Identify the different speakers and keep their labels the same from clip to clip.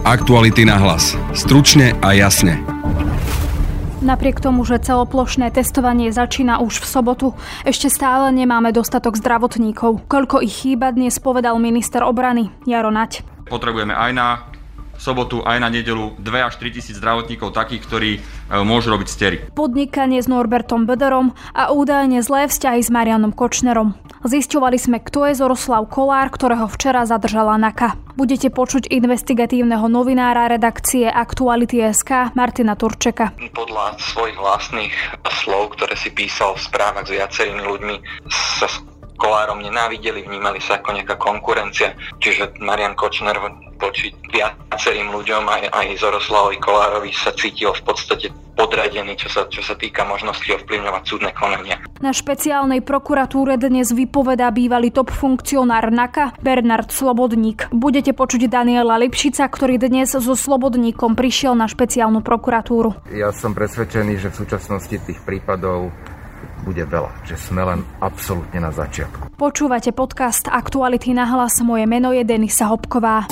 Speaker 1: Aktuality na hlas. Stručne a jasne.
Speaker 2: Napriek tomu, že celoplošné testovanie začína už v sobotu, ešte stále nemáme dostatok zdravotníkov. Koľko ich chýba, dnes povedal minister obrany Jaro Naď.
Speaker 3: Potrebujeme aj na sobotu, aj na nedeľu 2 až 3 tisíc zdravotníkov takých, ktorí môžu robiť stery.
Speaker 2: Podnikanie s Norbertom Böderom a údajne zlé vzťahy s Marianom Kočnerom. Zisťovali sme, kto je Zoroslav Kollár, ktorého včera zadržala NAKA. Budete počuť investigatívneho novinára redakcie Aktuality.sk Martina Turčeka.
Speaker 4: Podľa svojich vlastných slov, ktoré si písal v správach s viacerými ľuďmi, sa s Kollárom nenávideli, vnímali sa ako nejaká konkurencia. Čiže Marian Kočner voči viacerým ľuďom, aj Zoroslavovi Kollárovi sa cítil v podstate podradený, čo sa týka možnosti ovplyvňovať súdne konania.
Speaker 2: Na špeciálnej prokuratúre dnes vypovedá bývalý top funkcionár NAKA Bernard Slobodník. Budete počuť Daniela Lipšica, ktorý dnes so Slobodníkom prišiel na špeciálnu prokuratúru.
Speaker 5: Ja som presvedčený, že v súčasnosti tých prípadov bude veľa, že sme len absolútne na začiatku.
Speaker 2: Počúvate podcast Aktuality na hlas. Moje meno je Denisa Hopková.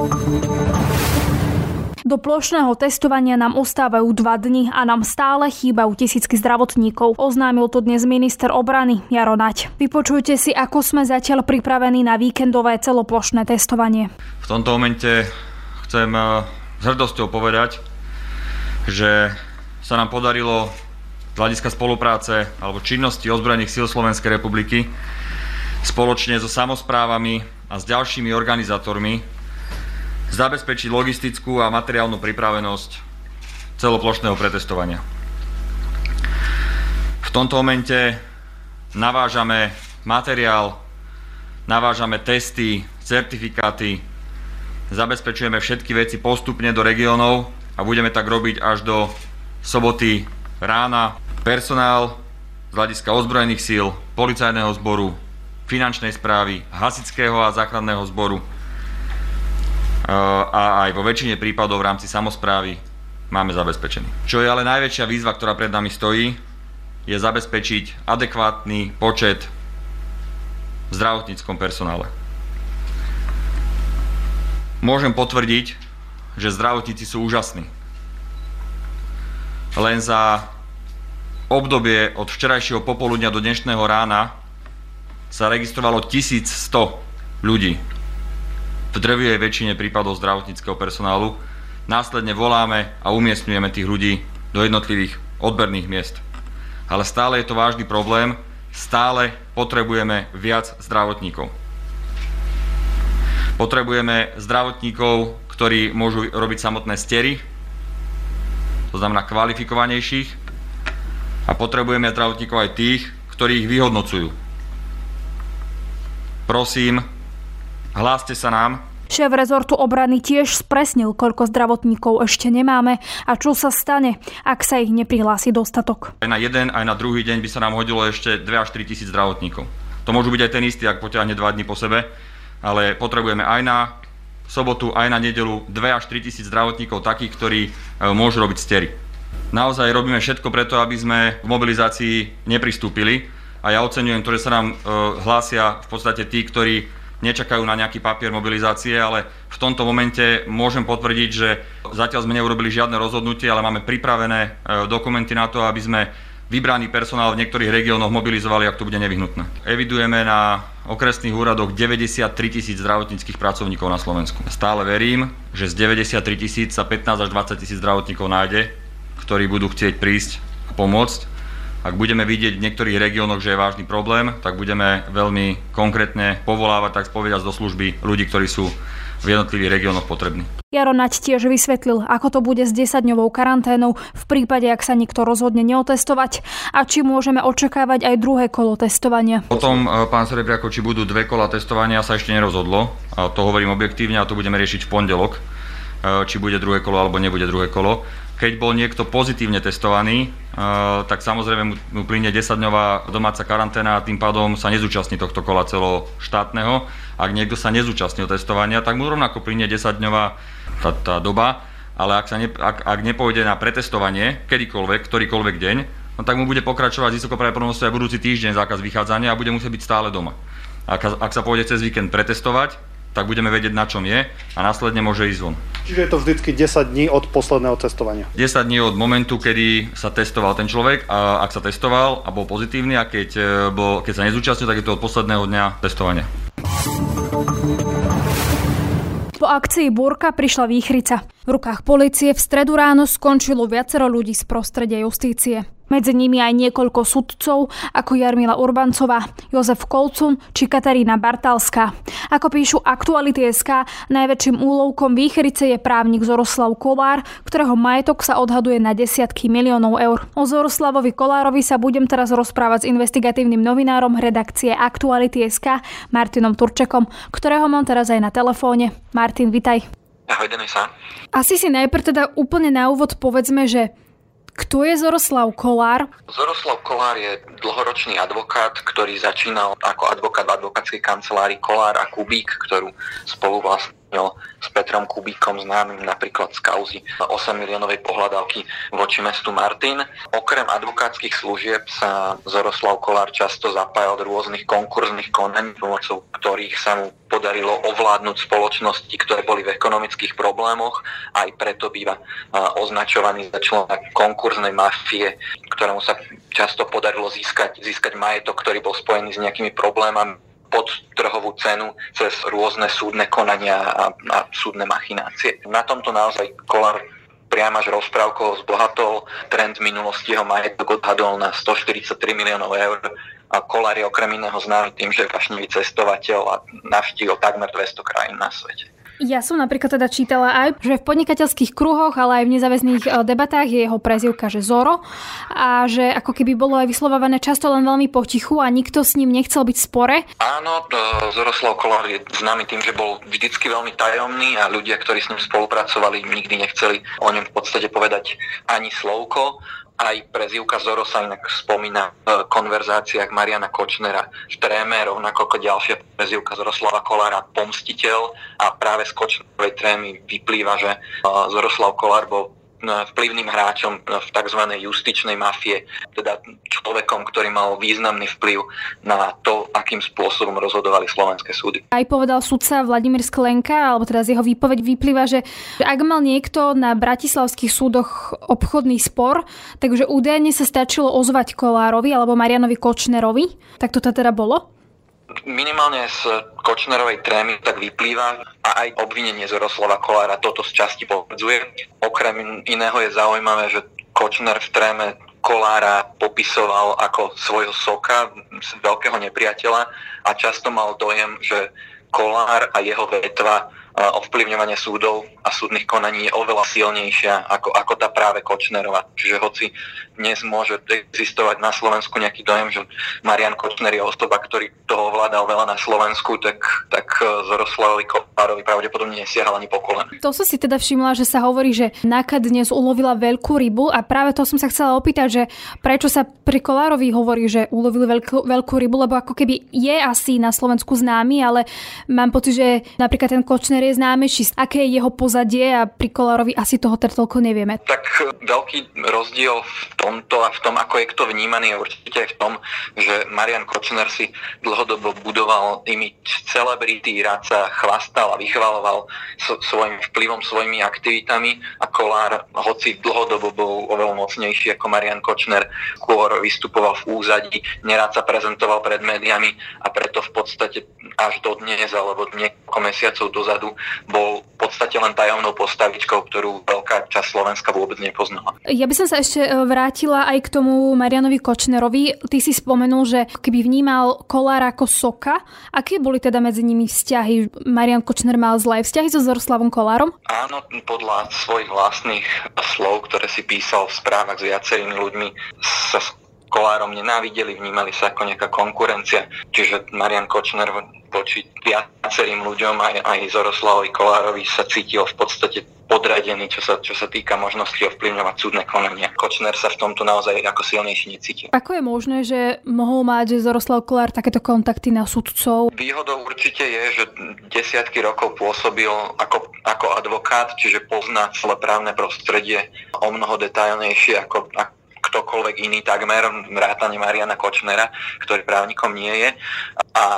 Speaker 2: Do plošného testovania nám ostávajú 2 dni a nám stále chýbajú tisícky zdravotníkov. Oznámil to dnes minister obrany Jaro Naď. Vypočujte si, ako sme zatiaľ pripravení na víkendové celoplošné testovanie.
Speaker 3: V tomto momente chcem s hrdosťou povedať, že sa nám podarilo z hľadiska spolupráce alebo činnosti ozbrojených síl Slovenskej republiky spoločne so samosprávami a s ďalšími organizátormi zabezpečiť logistickú a materiálnu pripravenosť celoplošného pretestovania. V tomto momente navážame materiál, navážame testy, certifikáty, zabezpečujeme všetky veci postupne do regiónov a budeme tak robiť až do soboty rána. Personál z hľadiska ozbrojených síl, policajného zboru, finančnej správy, hasičského a záchranného zboru a aj vo väčšine prípadov v rámci samosprávy máme zabezpečený. Čo je ale najväčšia výzva, ktorá pred nami stojí, je zabezpečiť adekvátny počet v zdravotníckom personále. Môžem potvrdiť, že zdravotníci sú úžasní. Len za obdobie od včerajšieho popoludňa do dnešného rána sa registrovalo 1100 ľudí. V drvivej väčšine prípadov zdravotníckeho personálu následne voláme a umiestňujeme tých ľudí do jednotlivých odberných miest. Ale stále je to vážny problém, stále potrebujeme viac zdravotníkov. Potrebujeme zdravotníkov, ktorí môžu robiť samotné stery, to znamená kvalifikovanejších, a potrebujeme zdravotníkov aj tých, ktorí ich vyhodnocujú. Prosím, hláste sa nám.
Speaker 2: Šéf rezortu obrany tiež spresnil, koľko zdravotníkov ešte nemáme a čo sa stane, ak sa ich neprihlási dostatok.
Speaker 3: Aj na jeden, aj na druhý deň by sa nám hodilo ešte 2 až 3 tisíc zdravotníkov. To môžu byť aj ten istý, ak potiahne 2 dní po sebe, ale potrebujeme aj na sobotu, aj na nedeľu 2 až 3 tisíc zdravotníkov takých, ktorí môžu robiť stery. Naozaj robíme všetko preto, aby sme v mobilizácii nepristúpili a ja oceňujem to, že sa nám hlásia v podstate tí, ktorí nečakajú na nejaký papier mobilizácie, ale v tomto momente môžem potvrdiť, že zatiaľ sme neurobili žiadne rozhodnutie, ale máme pripravené dokumenty na to, aby sme vybraný personál v niektorých regiónoch mobilizovali, ak to bude nevyhnutné. Evidujeme na okresných úradoch 93 000 zdravotníckych pracovníkov na Slovensku. Stále verím, že z 93 000 sa 15 až 20 000 zdravotníkov nájde, ktorí budú chcieť prísť a pomôcť. Ak budeme vidieť v niektorých regiónoch, že je vážny problém, tak budeme veľmi konkrétne povolávať, tak povedať, do služby ľudí, ktorí sú v jednotlivých regiónoch potrební.
Speaker 2: Jaro Naď tiež vysvetlil, ako to bude s 10-dňovou karanténou v prípade, ak sa nikto rozhodne neotestovať a či môžeme očakávať aj druhé kolo testovania.
Speaker 3: O tom, pán Serebriako, či budú 2 kola testovania, sa ešte nerozhodlo. A to hovorím objektívne a to budeme riešiť v pondelok, či bude druhé kolo alebo nebude druhé kolo. Keď bol niekto pozitívne testovaný, tak samozrejme mu plynie 10-dňová domáca karanténa a tým pádom sa nezúčastní tohto kola celoštátneho. Ak niekto sa nezúčastnil testovania, tak mu rovnako plynie 10-dňová tá doba, ale ak nepôjde na pretestovanie kedykoľvek, ktorýkoľvek deň, no tak mu bude pokračovať vysoko pravdepodobnosťou aj budúci týždeň zákaz vychádzania a bude musieť byť stále doma. Ak sa pôjde cez víkend pretestovať, tak budeme vedieť, na čom je a následne môže ísť von.
Speaker 6: Čiže je to vždycky 10 dní od posledného testovania?
Speaker 3: 10 dní od momentu, kedy sa testoval ten človek a ak sa testoval a bol pozitívny a keď sa nezúčastnil, tak je to od posledného dňa testovania.
Speaker 2: Po akcii Búrka prišla výchrica. V rukách polície v stredu ráno skončilo viacero ľudí z prostredia justície. Medzi nimi aj niekoľko sudcov, ako Jarmila Urbancová, Jozef Kolcun či Katarína Bartalská. Ako píšu Aktuality.sk, najväčším úlovkom výchrice je právnik Zoroslav Kolár, ktorého majetok sa odhaduje na desiatky miliónov eur. O Zoroslavovi Kolárovi sa budem teraz rozprávať s investigatívnym novinárom redakcie Aktuality.sk Martinom Turčekom, ktorého mám teraz aj na telefóne. Martin, vitaj.
Speaker 4: Ahoj, Denisa.
Speaker 2: Asi si najprv teda úplne na úvod povedzme, že kto je Zoroslav Kolár?
Speaker 4: Zoroslav Kolár je dlhoročný advokát, ktorý začínal ako advokát v advokátskej kancelárii Kolár a Kubík, ktorú spolu vlastnil s Petrom Kubíkom, známym napríklad z kauzy 8 miliónovej pohľadávky voči mestu Martin. Okrem advokátskych služieb sa Zoroslav Kolár často zapájal do rôznych konkurzných konaní, pomocou ktorých sa mu podarilo ovládnuť spoločnosti, ktoré boli v ekonomických problémoch. Aj preto býva označovaný za člena konkurznej mafie, ktorému sa často podarilo získať majetok, ktorý bol spojený s nejakými problémami pod trhovú cenu cez rôzne súdne konania a súdne machinácie. Na tomto naozaj Kolár priam až rozprávkovo zbohatol. Trend minulosti jeho majetok odhadol na 143 miliónov eur. A Kolár je okrem iného známy tým, že je vášnivý cestovateľ a navštívil takmer 200 krajín na svete.
Speaker 2: Ja som napríklad teda čítala aj, že v podnikateľských kruhoch, ale aj v nezáväzných debatách je jeho prezývka, že Zoro, a že ako keby bolo aj vyslovované často len veľmi potichu a nikto s ním nechcel byť v spore.
Speaker 4: Áno, Zoroslav Kolár je známy tým, že bol vždycky veľmi tajomný a ľudia, ktorí s ním spolupracovali, nikdy nechceli o ňom v podstate povedať ani slovko. Aj prezývka Zoro sa inak spomína v konverzáciách Mariana Kočnera v Tréme, rovnako ako ďalšia prezývka Zoroslava Kolára Pomstiteľ, a práve z Kočnerovej Trémy vyplýva, že Zoroslav Kolár bol vplyvným hráčom v tzv. Justičnej mafie, teda človekom, ktorý mal významný vplyv na to, akým spôsobom rozhodovali slovenské súdy.
Speaker 2: Aj povedal sudca Vladimír Sklenka, alebo teda z jeho výpoveď vyplýva, že ak mal niekto na bratislavských súdoch obchodný spor, takže údajne sa stačilo ozvať Kolárovi alebo Marianovi Kočnerovi. Tak to teda bolo?
Speaker 4: Minimálne z Kočnerovej Trémy tak vyplýva a aj obvinenie Zoroslava Kolára toto z časti potvrdzuje. Okrem iného je zaujímavé, že Kočner v Tréme Kolára popisoval ako svojho soka, veľkého nepriateľa, a často mal dojem, že Kolár a jeho vetva ovplyvňovanie súdov a súdnych konaní je oveľa silnejšia ako tá práve Kočnerova. Čiže hoci dnes môže existovať na Slovensku nejaký dojem, že Marian Kočner je osoba, ktorý toho ovládal veľa na Slovensku, tak Zoroslavovi Kolárovi pravdepodobne nesiahal ani po kolene.
Speaker 2: To som si teda všimla, že sa hovorí, že NAKA dnes ulovila veľkú rybu, a práve to som sa chcela opýtať, že prečo sa pri Kolárovi hovorí, že ulovili veľkú rybu, lebo ako keby je asi na Slovensku známy, ale mám pocit, že napríklad ten Kočner je známejší. Aké je jeho pozadie, a pri Kolárovi asi toho toľko nevieme.
Speaker 4: Tak veľký rozdiel v tomto a v tom, ako je kto vnímaný, je určite aj v tom, že Marian Kočner si dlhodobo budoval imič celebrity, rád sa chlastal a vychvaloval svojím vplyvom, svojimi aktivitami, a Kolár, hoci dlhodobo bol oveľa mocnejší ako Marian Kočner, skôr vystupoval v úzadí, nerád sa prezentoval pred médiami, a preto v podstate až do dnes alebo niekoľko mesiacov dozadu bol v podstate len tajomnou postavičkou, ktorú veľká časť Slovenska vôbec nepoznala.
Speaker 2: Ja by som sa ešte vrátila aj k tomu Marianovi Kočnerovi. Ty si spomenul, že keby vnímal Kolára ako soka. Aké boli teda medzi nimi vzťahy? Marian Kočner mal zlé vzťahy so Zoroslavom Kolárom?
Speaker 4: Áno, podľa svojich vlastných slov, ktoré si písal v správach s viacerými ľuďmi, sa s Kolárom nenávideli, vnímali sa ako nejaká konkurencia. Čiže Marian Kočner voči viacerým ľuďom, aj Zoroslavovi Kolárovi, sa cítil v podstate podradený, čo sa týka možnosti ovplyvňovať súdne konania. Kočner sa v tomto naozaj ako silnejší necítil.
Speaker 2: Ako je možné, že mohol mať Zoroslav Kolár takéto kontakty na sudcov?
Speaker 4: Výhodou určite je, že desiatky rokov pôsobil ako advokát, čiže pozná celé právne prostredie o mnoho detailnejšie ako ktokoľvek iný takmer, vrátane Mariana Kočnera, ktorý právnikom nie je. A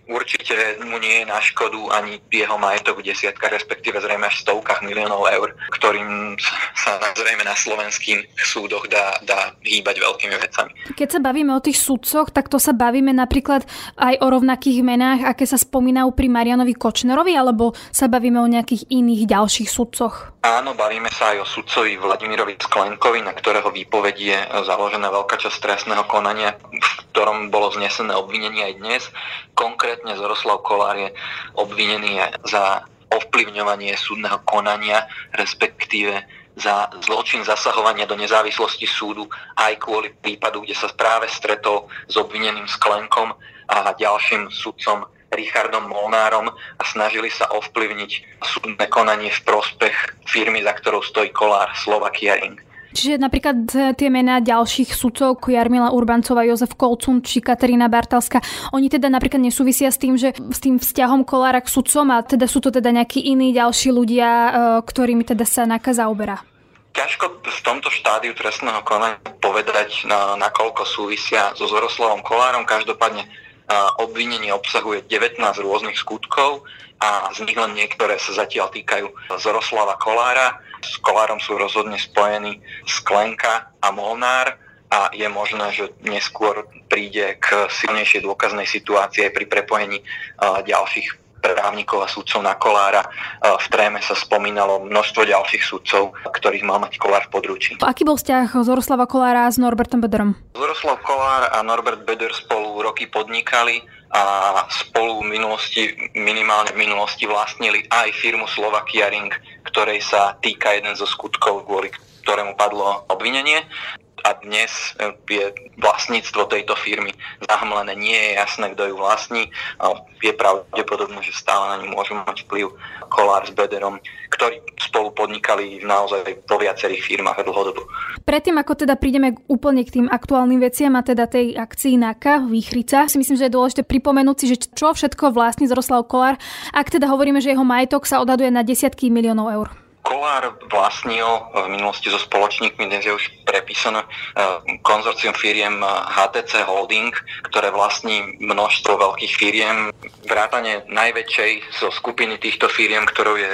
Speaker 4: Určite mu nie je na škodu ani jeho majetok v desiatkách, respektíve zrejme až stovkách miliónov eur, ktorým sa zrejme na slovenských súdoch dá hýbať veľkými vecami.
Speaker 2: Keď sa bavíme o tých sudcoch, tak to sa bavíme napríklad aj o rovnakých menách, aké sa spomínajú pri Marianovi Kočnerovi, alebo sa bavíme o nejakých iných ďalších sudcoch?
Speaker 4: Áno, bavíme sa aj o sudcovi Vladimirovi Sklenkovi, na ktorého výpoveď je založená veľká časť trestného konania, v ktorom bolo vznesené obvinenie aj dnes. Konkrétne Zoroslav Kollár je obvinený za ovplyvňovanie súdneho konania, respektíve za zločin zasahovania do nezávislosti súdu aj kvôli prípadu, kde sa práve stretol s obvineným Sklenkom a ďalším sudcom Richardom Molnárom a snažili sa ovplyvniť súdne konanie v prospech firmy, za ktorou stojí Kollár, Slovakia Ring.
Speaker 2: Čiže napríklad tie mená ďalších sudcov, Jarmila Urbancová, Jozef Kolcun či Katarína Bartalská, oni teda napríklad nesúvisia s tým, že s tým vzťahom Kollára k sudcom, a teda sú to teda nejakí iní ďalší ľudia, ktorými teda sa NAKA zaoberá?
Speaker 4: Ťažko v tomto štádiu trestného konania povedať, nakoľko súvisia so Zoroslavom Kollárom. Každopádne obvinenie obsahuje 19 rôznych skutkov a z nich len niektoré sa zatiaľ týkajú Zoroslava Kollára. S Kollárom sú rozhodne spojení Sklenka a Molnár a je možné, že neskôr príde k silnejšej dôkaznej situácii pri prepojení ďalších právnikov a sudcov na Kollára. V tréme sa spomínalo množstvo ďalších sudcov, ktorých mal mať Kollár v područí.
Speaker 2: Aký bol vzťah Zoroslava Kollára s Norbertom Böderom?
Speaker 4: Zoroslav Kollár a Norbert Böder spolu roky podnikali a spolu minimálne v minulosti vlastnili aj firmu Slovakia Ring, ktorej sa týka jeden zo skutkov, kvôli ktorému padlo obvinenie. A dnes je vlastníctvo tejto firmy zahmlené, nie je jasné, kto ju vlastní. Je pravdepodobné, že stále na ňu môžu mať vplyv Kollár s Böderom, ktorí spolu podnikali naozaj vo viacerých firmách dlhodobo. Predtým,
Speaker 2: ako teda prídeme úplne k tým aktuálnym veciam a teda tej akcii NAKA Výchrica, si myslím, že je dôležité pripomenúť si, že čo všetko vlastní Zoroslav Kollár, ak teda hovoríme, že jeho majetok sa odhaduje na desiatky miliónov eur.
Speaker 4: Kollár vlastnil v minulosti so spoločníkmi, dnes je už prepísané konzorcium firiem HTC Holding, ktoré vlastní množstvo veľkých firiem. Vrátane najväčšej zo skupiny týchto firiem, ktorou je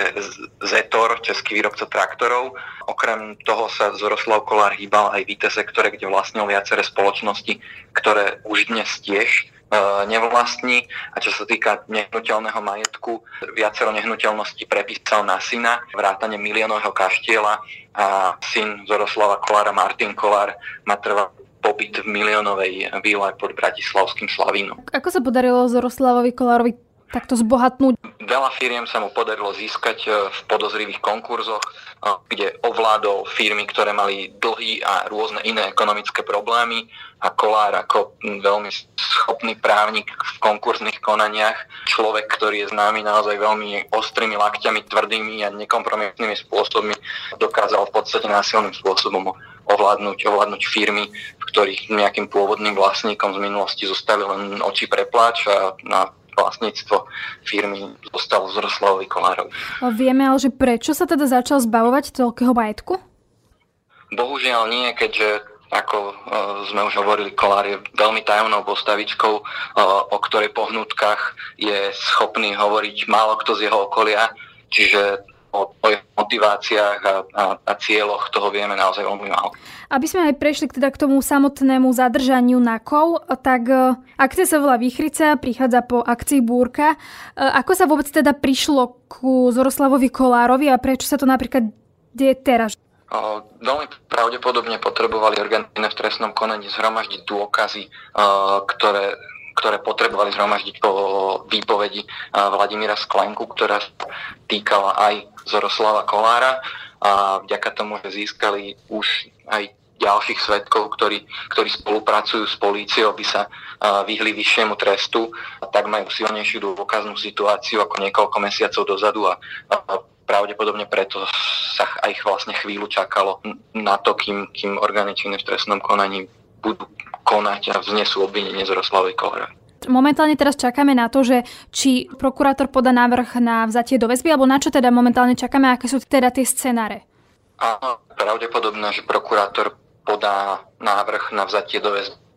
Speaker 4: Zetor, český výrobca traktorov. Okrem toho sa Zoroslav Kollár hýbal aj v IT sektore, kde vlastnil viaceré spoločnosti, ktoré už dnes tiež nevlastní. A čo sa týka nehnuteľného majetku, viacero nehnuteľností prepísal na syna, vrátane miliónového kaštieľa, a syn Zoroslava Kollára, Martin Kollár, má trvalý pobyt v miliónovej výle pod bratislavským Slavínom. Ako sa podarilo
Speaker 2: Zoroslavovi Kollárovi takto zbohatnúť?
Speaker 4: Veľa firiem sa mu podarilo získať v podozrivých konkurzoch, kde ovládol firmy, ktoré mali dlhy a rôzne iné ekonomické problémy, a Kollár ako veľmi schopný právnik v konkurzných konaniach, človek, ktorý je známy naozaj veľmi ostrými lakťami, tvrdými a nekompromisnými spôsobmi, dokázal v podstate násilným spôsobom ovládnuť firmy, v ktorých nejakým pôvodným vlastníkom z minulosti zostali len oči pre pláč a na vlastníctvo firmy zostalo Zoroslavovi Kollárovi.
Speaker 2: Vieme ale, že prečo sa teda začal zbavovať toľkého majetku?
Speaker 4: Bohužiaľ nie, keďže ako sme už hovorili, Kollár je veľmi tajomnou postavičkou, o ktorej pohnutkách je schopný hovoriť málo kto z jeho okolia, čiže o jeho motiváciách a cieľoch toho vieme naozaj veľmi málo.
Speaker 2: Aby sme aj prešli teda k tomu samotnému zadržaniu NAKov, tak akcia sa volá Výchrica, prichádza po akcii Búrka. Ako sa vôbec teda prišlo ku Zoroslavovi Kollárovi a prečo sa to napríklad deje teraz?
Speaker 4: Veľmi pravdepodobne potrebovali orgány v trestnom konaní zhromaždiť dôkazy, ktoré potrebovali zhromaždiť po výpovedi Vladimíra Sklenku, ktorá týkala aj Zoroslava Kollára, a vďaka tomu, že získali už aj ďalších svedkov, ktorí spolupracujú s políciou, aby sa vyhli vyššiemu trestu, tak majú silnejšiu dôkaznú situáciu ako niekoľko mesiacov dozadu, a pravdepodobne preto sa aj vlastne chvíľu čakalo na to, kým orgány činné v trestnom konaní budú konať a vznesú obvinenie Zoroslavovi Kollárovi.
Speaker 2: Momentálne teraz čakáme na to, že či prokurátor podá návrh na vzatie do väzby, alebo na čo teda momentálne čakáme, aké sú teda tie scenáre?
Speaker 4: Áno, pravdepodobné, že prokurátor podá návrh na vzatie do väzby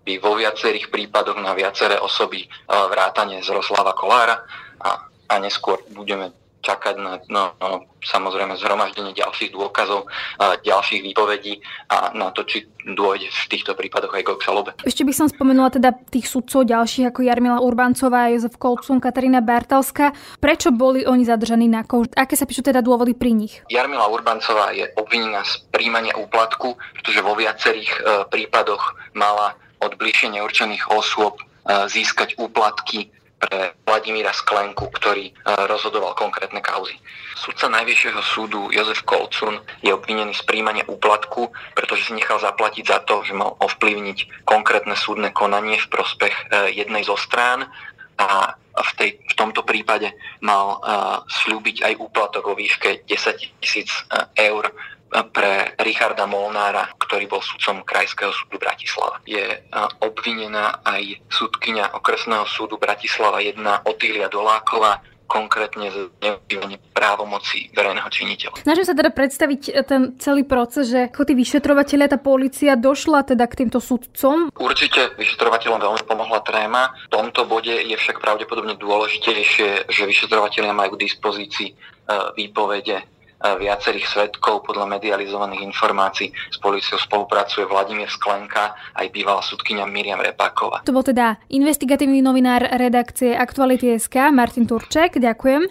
Speaker 4: by vo viacerých prípadoch na viaceré osoby vrátane Zroslava Kollára a neskôr budeme čakať na samozrejme zhromaždenie ďalších dôkazov, ďalších výpovedí a na to, či dôjde v týchto prípadoch aj k obžalobe.
Speaker 2: Ešte by som spomenula teda tých sudcov ďalších ako Jarmila Urbancová, Jozef Kolcún, Katarína Bartalská. Prečo boli oni zadržaní na kouš? Aké sa píšu teda dôvody pri nich?
Speaker 4: Jarmila Urbancová je obvinená z príjmania úplatku, pretože vo viacerých prípadoch mala od bližšie neurčených osôb získať úplatky pre Vladimíra Sklenku, ktorý rozhodoval konkrétne kauzy. Sudca Najvyššieho súdu Jozef Kolcún je obvinený z príjmania úplatku, pretože si nechal zaplatiť za to, že mal ovplyvniť konkrétne súdne konanie v prospech jednej zo strán a v tomto prípade mal sľúbiť aj úplatok vo výške 10 000 eur pre Richarda Molnára, ktorý bol sudcom Krajského súdu Bratislava. Je obvinená aj sudkyňa Okresného súdu Bratislava 1 Otília Doláková, konkrétne z zneužívania právomoci verejného činiteľa.
Speaker 2: Snažím sa teda predstaviť ten celý proces, že ako tí vyšetrovatelia, tá polícia došla teda k týmto sudcom.
Speaker 4: Určite vyšetrovateľom veľmi pomohla tréma. V tomto bode je však pravdepodobne dôležitejšie, že vyšetrovatelia majú k dispozícii výpovede viacerých svedkov. Podľa medializovaných informácií s políciou spolupracuje Vladimír Sklenka aj bývalá sudkyňa Miriam Repáková.
Speaker 2: To bol teda investigatívny novinár redakcie Aktuality.sk Martin Turček. Ďakujem.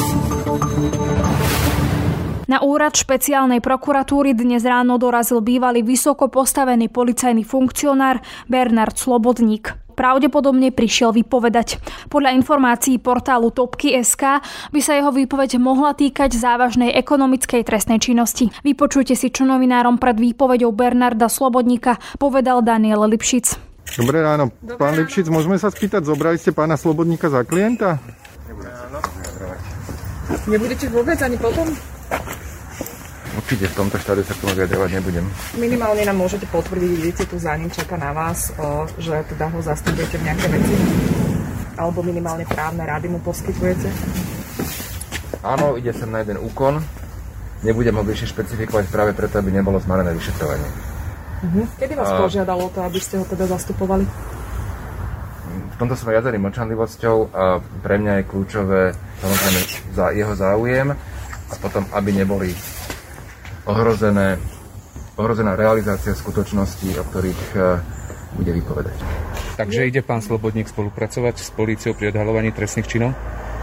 Speaker 2: Na úrad špeciálnej prokuratúry dnes ráno dorazil bývalý vysoko postavený policajný funkcionár Bernard Slobodník. Pravdepodobne prišiel vypovedať. Podľa informácií portálu Topky.sk by sa jeho výpoveď mohla týkať závažnej ekonomickej trestnej činnosti. Vypočujte si, čo novinárom pred výpoveďou Bernarda Slobodníka povedal Daniel Lipšic.
Speaker 7: Dobré ráno. Pán Lipšic, môžeme sa spýtať, zobrali ste pána Slobodníka za klienta?
Speaker 8: Nebudete vôbec ani potom?
Speaker 5: Určite v tomto štádiu sa k tomu vyjadrovať nebudem.
Speaker 8: Minimálne nám môžete potvrdiť, idete tu za ním, čaká na vás, že teda ho zastupujete v nejaké veci? Alebo minimálne právne rady mu poskytujete?
Speaker 5: Áno, ide sem na jeden úkon. Nebudem ho bližšie špecifikovať práve preto, aby nebolo zmarené vyšetrovanie.
Speaker 8: Kedy vás požiadalo to, aby ste ho teda zastupovali?
Speaker 5: V tomto som viazaný mlčanlivosťou a pre mňa je kľúčové samozrejme za jeho záujem a potom, aby neboli ohrozená realizácia skutočností, o ktorých bude vypovedať.
Speaker 1: Takže ide pán Slobodník spolupracovať s políciou pri odhaľovaní trestných činov?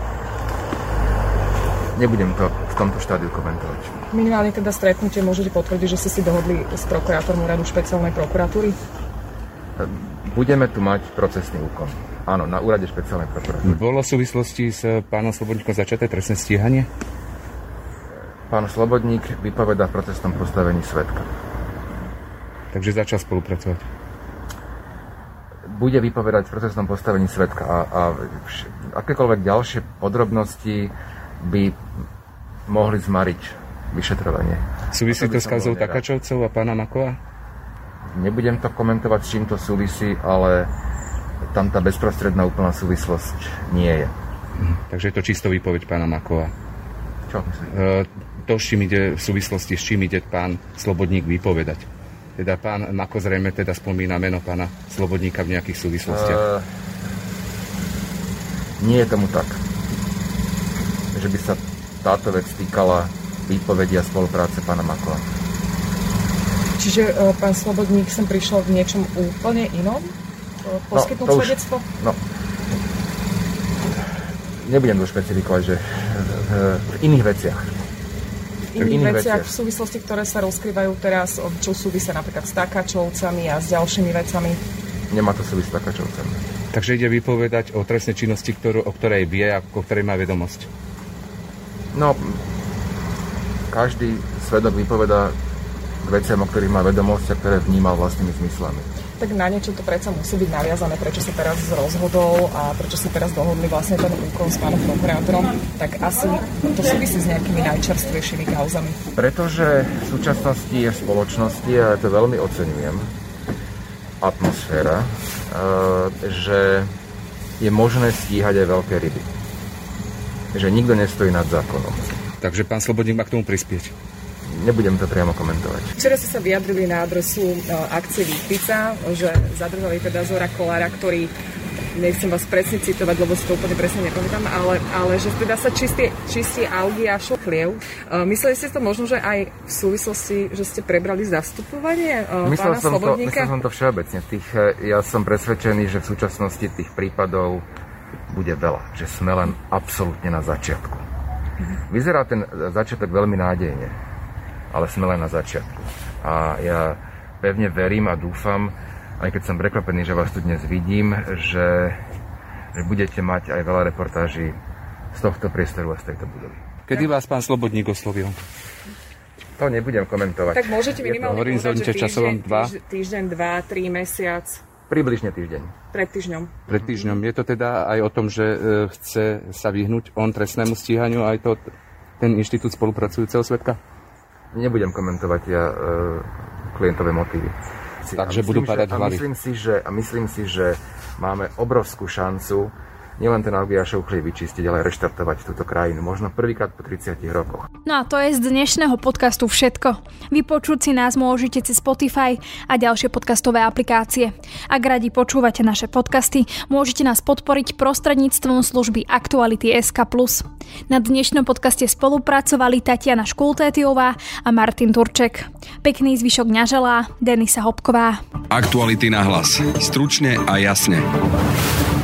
Speaker 5: Nebudem to v tomto štádiu komentovať.
Speaker 8: Minimálne teda stretnutie môžete potvrdiť, že ste si dohodli s prokurátorom úradu špeciálnej prokuratúry?
Speaker 5: Budeme tu mať procesný úkon. Áno, na úrade špeciálnej prokuratúry.
Speaker 1: Bolo v súvislosti s pánom Slobodníkom začaté trestné stíhanie?
Speaker 5: Pán Slobodník vypovedá v procesnom postavení svedka.
Speaker 1: Takže začal spolupracovať.
Speaker 5: Bude vypovedať v procesnom postavení svedka a akékoľvek ďalšie podrobnosti by mohli zmariť vyšetrovanie.
Speaker 1: Súvisí to s kauzou Takačovcov a pána Makova?
Speaker 5: Nebudem to komentovať, s čím to súvisí, ale tam tá bezprostredná úplná súvislosť nie je.
Speaker 1: Takže je to čisto výpoveď pána Makova.
Speaker 5: Čo myslíte?
Speaker 1: To, s čím ide v súvislosti, s čím ide pán Slobodník vypovedať. Teda pán Mako zrejme teda spomína meno pána Slobodníka v nejakých súvislostiach.
Speaker 5: Nie je tomu tak. Že by sa táto vec týkala výpovedi a spolupráce pána Makova.
Speaker 8: Čiže pán Slobodník sem prišiel v niečom úplne inom? Poskytnúť svedectvo?
Speaker 5: Nebudem to špecifikovať, že v iných veciach.
Speaker 8: V iných veciach v súvislosti, ktoré sa rozkrývajú teraz, čo súvisia napríklad s Takačovcami a s ďalšími vecami?
Speaker 5: Nemá to súvisť s Takačovcami.
Speaker 1: Takže ide vypovedať o trestnej činnosti, o ktorej vie a o ktorej má vedomosť.
Speaker 5: No, každý svedok vypovedá k veciam, o ktorých má vedomosť a ktoré vnímal vlastnými zmyslami.
Speaker 8: Tak na niečo to predsa musí byť naviazané, prečo sa teraz rozhodol a prečo sa teraz dohodli vlastne ten úkon s pánom prokurátorom, tak asi to súvisí s nejakými najčerstvejšími kauzami. Pretože
Speaker 5: v súčasnosti je v spoločnosti, a ja to veľmi oceňujem, atmosféra, že je možné stíhať aj veľké ryby. Že nikto nestojí nad zákonom.
Speaker 1: Takže pán Slobodník má k tomu prispieť?
Speaker 5: nebudem to priamo komentovať.
Speaker 8: Včera ste sa vyjadrili na adresu akcie Výpica, že zadržali teda Zora Kollára, ktorý, nechcem vás presne citovať, lebo si to úplne presne nepamätám, ale že teda sa čistí augy a šochliev. Mysleli ste to možno, že aj v súvislosti, že ste prebrali zastupovanie pána Slobodníka?
Speaker 5: Myslel som to všeobecne. Ja som presvedčený, že v súčasnosti tých prípadov bude veľa. Že sme len absolútne na začiatku. Vyzerá ten začiatok veľmi nádejne, ale sme len na začiatku. A ja pevne verím a dúfam, aj keď som prekvapený, že vás tu dnes vidím, že budete mať aj veľa reportáží z tohto priestoru a z tejto budovy.
Speaker 1: Kedy vás pán Slobodník oslovil?
Speaker 5: To nebudem komentovať.
Speaker 8: Tak môžete minimálne povedať, že týždeň, 2, 3 mesiac.
Speaker 5: Približne týždeň.
Speaker 8: Pred týždňom.
Speaker 1: Pred týždňom. Je to teda aj o tom, že chce sa vyhnúť on trestnému stíhaniu, aj ten inštitút spolupracujúceho svedka?
Speaker 5: Nebudem komentovať ja klientové motívy.
Speaker 1: Takže budú padať hlavy.
Speaker 5: Myslím si, že máme obrovskú šancu nielen ten augy a šouchliev vyčistiť, ale reštartovať túto krajinu. Možno prvýkrát po 30 rokoch.
Speaker 2: No a to je z dnešného podcastu všetko. Vypočuť si nás môžete cez Spotify a ďalšie podcastové aplikácie. Ak radi počúvate naše podcasty, môžete nás podporiť prostredníctvom služby Aktuality.sk+. Na dnešnom podcaste spolupracovali Tatiana Škultétiová a Martin Turček. Pekný zvyšok dňa želá Denisa Hopková.
Speaker 9: Aktuality na hlas. Stručne a jasne.